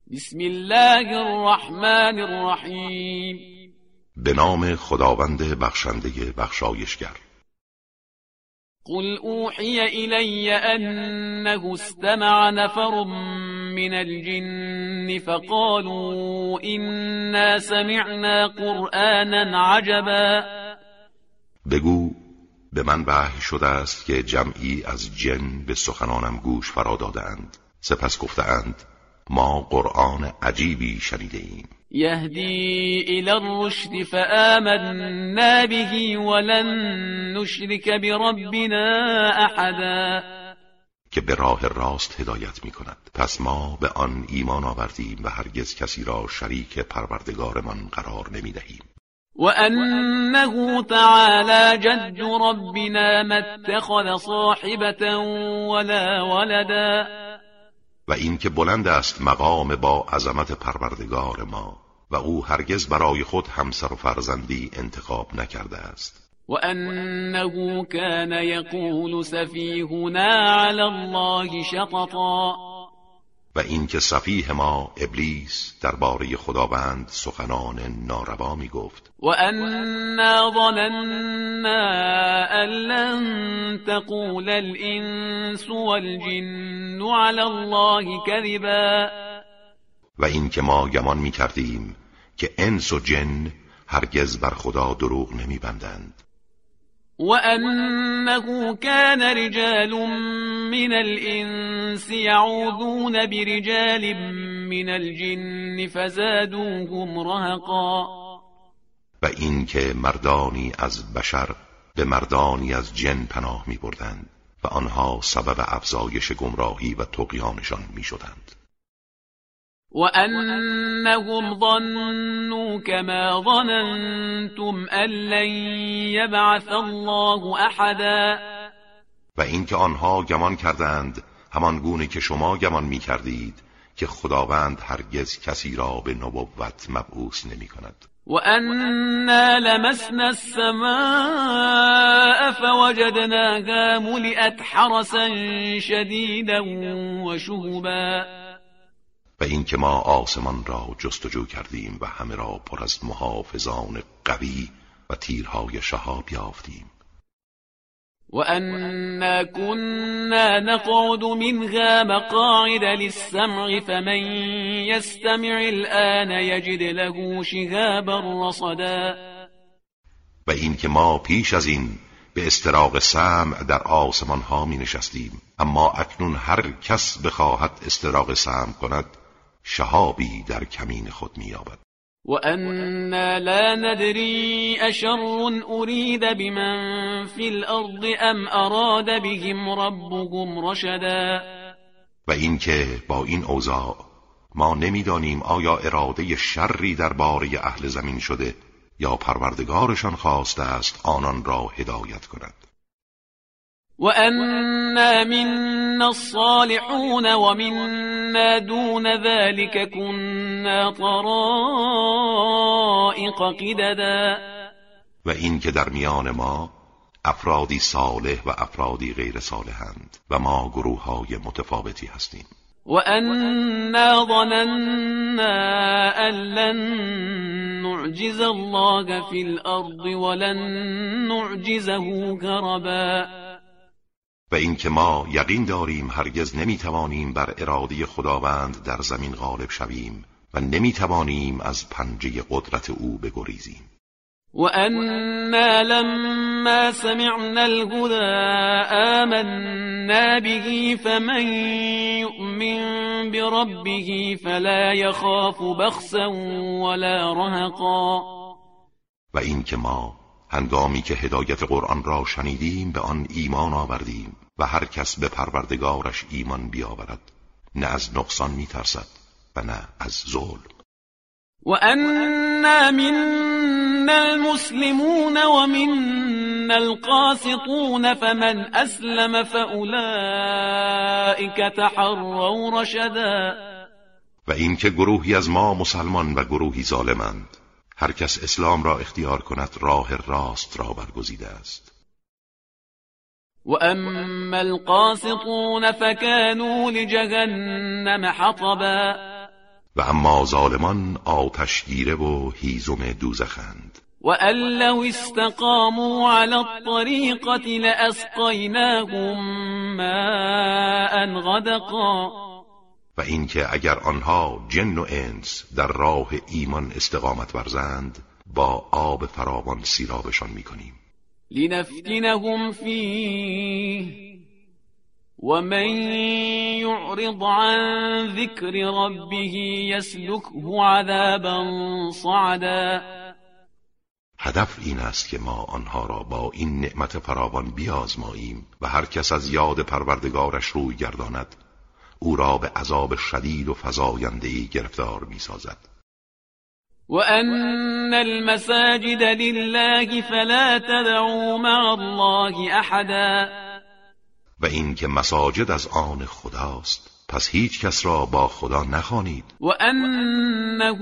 بسم الله الرحمن الرحیم. به نام خداوند بخشنده بخشایشگر. قل اوحی الی انه استمع نفر من الجن فقالوا انا سمعنا قرآنا عجبا. بگو به من وحی شده است که جمعی از جن به سخنانم گوش فرا دادند، سپس گفتند ما قرآن عجیبی شنیده ایم. یهدی الی الرشد فآمنا به ولن نشرک بربنا احدا. که به راه راست هدایت می کند، پس ما به آن ایمان آوردیم و هرگز کسی را شریک پروردگارمان قرار نمی دهیم. وأنه تعالى جد ربنا ما اتخذ صاحبة ولا ولدا. و این که بلند است مقام با عظمت پروردگار ما و او هرگز برای خود همسر و فرزندی انتخاب نکرده است. وأنه كان يقول سفيهنا على الله شططا. و این که سفیه ما ابلیس درباره خداوند سخنان ناروا می گفت. وأنا ظننا أن لن تقول الإنس والجن على الله كذبا. و این که ما گمان می کردیم که انس و جن هرگز بر خدا دروغ نمی بندند. وأنه كان رجال من الإنس يعوذون برجال من الجن فزادوهم رهقا. و این که مردانی از بشر به مردانی از جن پناه می بردند و آنها سبب افزایش گمراهی و طغیانشان می شدند. وأنهم ظنوا كما ظننتم أن لن يبعث الله أحدا. و اینکه آنها گمان کردند همان گونه که شما گمان می کردید که خداوند هرگز کسی را به نبوت مبعوث نمی کند. وأنا لمسنا السماء فوجدناها ملئت حرسا شديدا وشهبا. و این که ما آسمان را جستجو کردیم و همه را پر از محافظان قوی و تیرهای شهاب یافتیم. وأنا كنا نقعد منها مقاعد للسمع فمن يستمع الآن يجد له شهابا رصدا. و این که ما پیش از این به استراق سمع در آسمان ها می نشستیم، اما اکنون هر کس بخواهد استراق سمع کند شهابی در کمین خود می یابد. وأنا لا ندري أشر أريد بمن في الأرض أم أراد بهم ربهم رشدا. و این که با این اوضاع ما نمیدانیم آیا اراده شری درباره اهل زمین شده یا پروردگارشان خواسته است آنان را هدایت کند. وأنا منا الصالحون ومنا دون ذلك كنا طرائق قددا. و این که در میان ما افرادی صالح و افرادی غیر صالحند و ما گروه‌های متفاوتی هستیم. وأنا ظننا أن لن نعجز الله في الأرض ولن نعجزه هربا. و این که ما یقین داریم هرگز نمیتوانیم بر اراده خداوند در زمین غالب شویم و نمیتوانیم از پنجه قدرت او بگریزیم. وأنا لما سمعنا الهدى آمنا به فمن يؤمن بربه فلا يخاف بخسا ولا رهقا. و این که ما هنگامی که هدایت قرآن را شنیدیم به آن ایمان آوردیم و هر کس به پروردگارش ایمان بیاورد نه از نقصان میترسد و نه از ظلم. وأنا منا المسلمون ومنا القاسطون فمن أسلم فأولئك تحروا رشدا. و این که گروهی از ما مسلمان و گروهی ظالمند، هر کس اسلام را اختیار کند راه راست را برگزیده است. وأما القاسطون فكانوا لجهنم حطبا. و اما ظالمان آتشگیره و هیزم دوزخند. وأن لو استقاموا على الطريقة لأسقيناهم ماء غدقا. و اینکه اگر آنها جن و انس در راه ایمان استقامت ورزند با آب فراوان سیرابشان می‌کنیم. لنفتنهم فيه ومن يعرض عن ذكر ربه يسلكه عذابا صعدا. هدف این است که ما آنها را با این نعمت فراوان بیازماییم و هر کس از یاد پروردگارش روی گرداند او را به عذاب شدید و فزاینده‌ای گرفتار می‌سازد. وأن المساجد لله فلا تدعوا مع الله أحدا. و این که مساجد از آن خداست پس هیچ کس را با خدا نخوانید. وأنه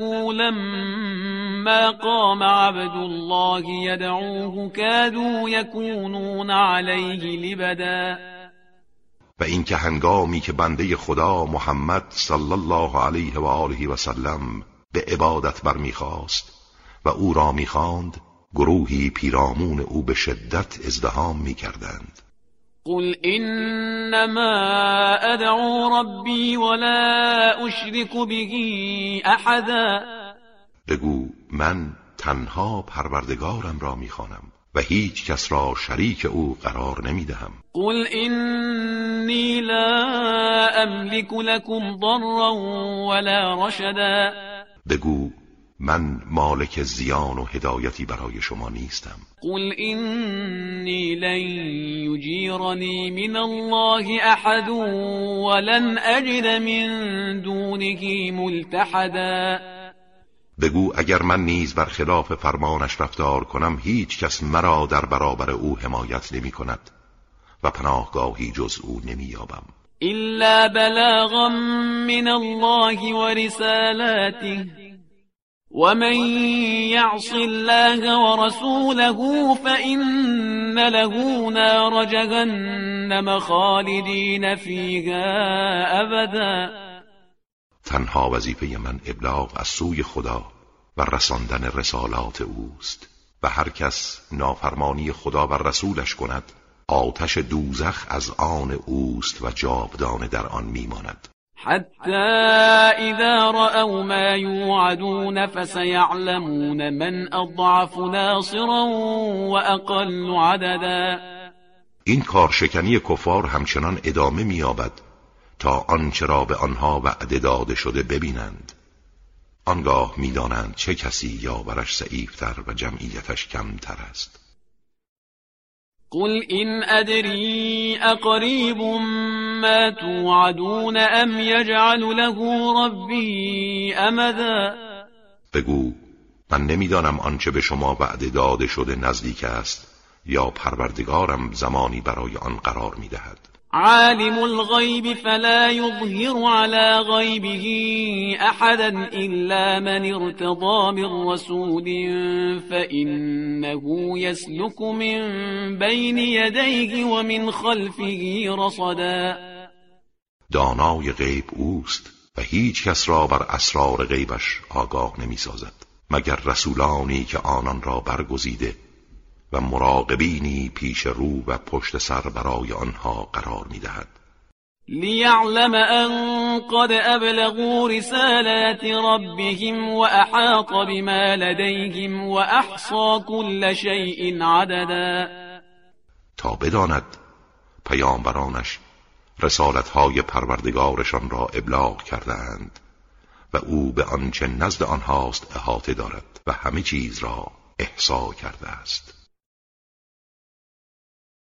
لما قام عبد الله يدعوه كادوا يكونون عليه لبدا. و این که هنگامی که بنده خدا محمد صلی الله علیه و آله و سلم به عبادت برمیخواست و او را میخواند گروهی پیرامون او به شدت ازدحام میکردند. قل انما ادعو ربی ولا اشرك به احدا. بگو من تنها پروردگارم را میخوانم و هیچ کس را شریک او قرار نمیدهم. قل انی لا املك لكم ضرا ولا رشدا. بگو من مالک زیان و هدایتی برای شما نیستم. قل انی لن یجیرنی من الله احد ولن اجد من دونه ملتحدا. بگو اگر من نیز برخلاف فرمانش رفتار کنم هیچ کس مرا در برابر او حمایت نمی کند و پناهگاهی جز او نمی یابم. الا بلاغا من الله ورسالاته ومن يعص الله ورسوله فإن له نار جهنم خالدين فيها أبدا. تنها وظیفه من ابلاغ از سوی خدا و رساندن رسالات اوست و هر کس نافرمانی خدا و رسولش کند آتش دوزخ از آن اوست و جاودانه در آن میماند. حتی اذا رأوا ما یوعدون فسيعلمون من اضعف ناصرا واقل عددا. این کارشکنی کفار همچنان ادامه می‌یابد تا آنچه را به آنها وعده داده شده ببینند. آنگاه می‌دانند چه کسی یاورش ضعیف‌تر و جمعیتش کمتر است. قل إن أدري أقريب ما توعدون أم يجعل له ربي أمدا. بگو من نمیدانم آنچه به شما وعده داده شده نزدیک است یا پروردگارم زمانی برای آن قرار میدهد. عالم الغیب فلا يظهر على غیبه احدا الا من ارتضى من رسول فإنه يسلك من بين يديه ومن خلفه رصدا. دانای غیب اوست و هیچ کس را بر اسرار غیبش آگاه نمی سازد مگر رسولانی که آنان را برگزیده و مراقبینی پیش رو و پشت سر برای آنها قرار می‌دهد. لیعلم ان قد ابلغوا رسالات ربهم واحاط بما لديهم واحصى كل شيء عددا. تا بداند پیامبرانش رسالت‌های پروردگارشان را ابلاغ کردند و او به آنچه نزد آنهاست احاطه دارد و همه چیز را احصا کرده است.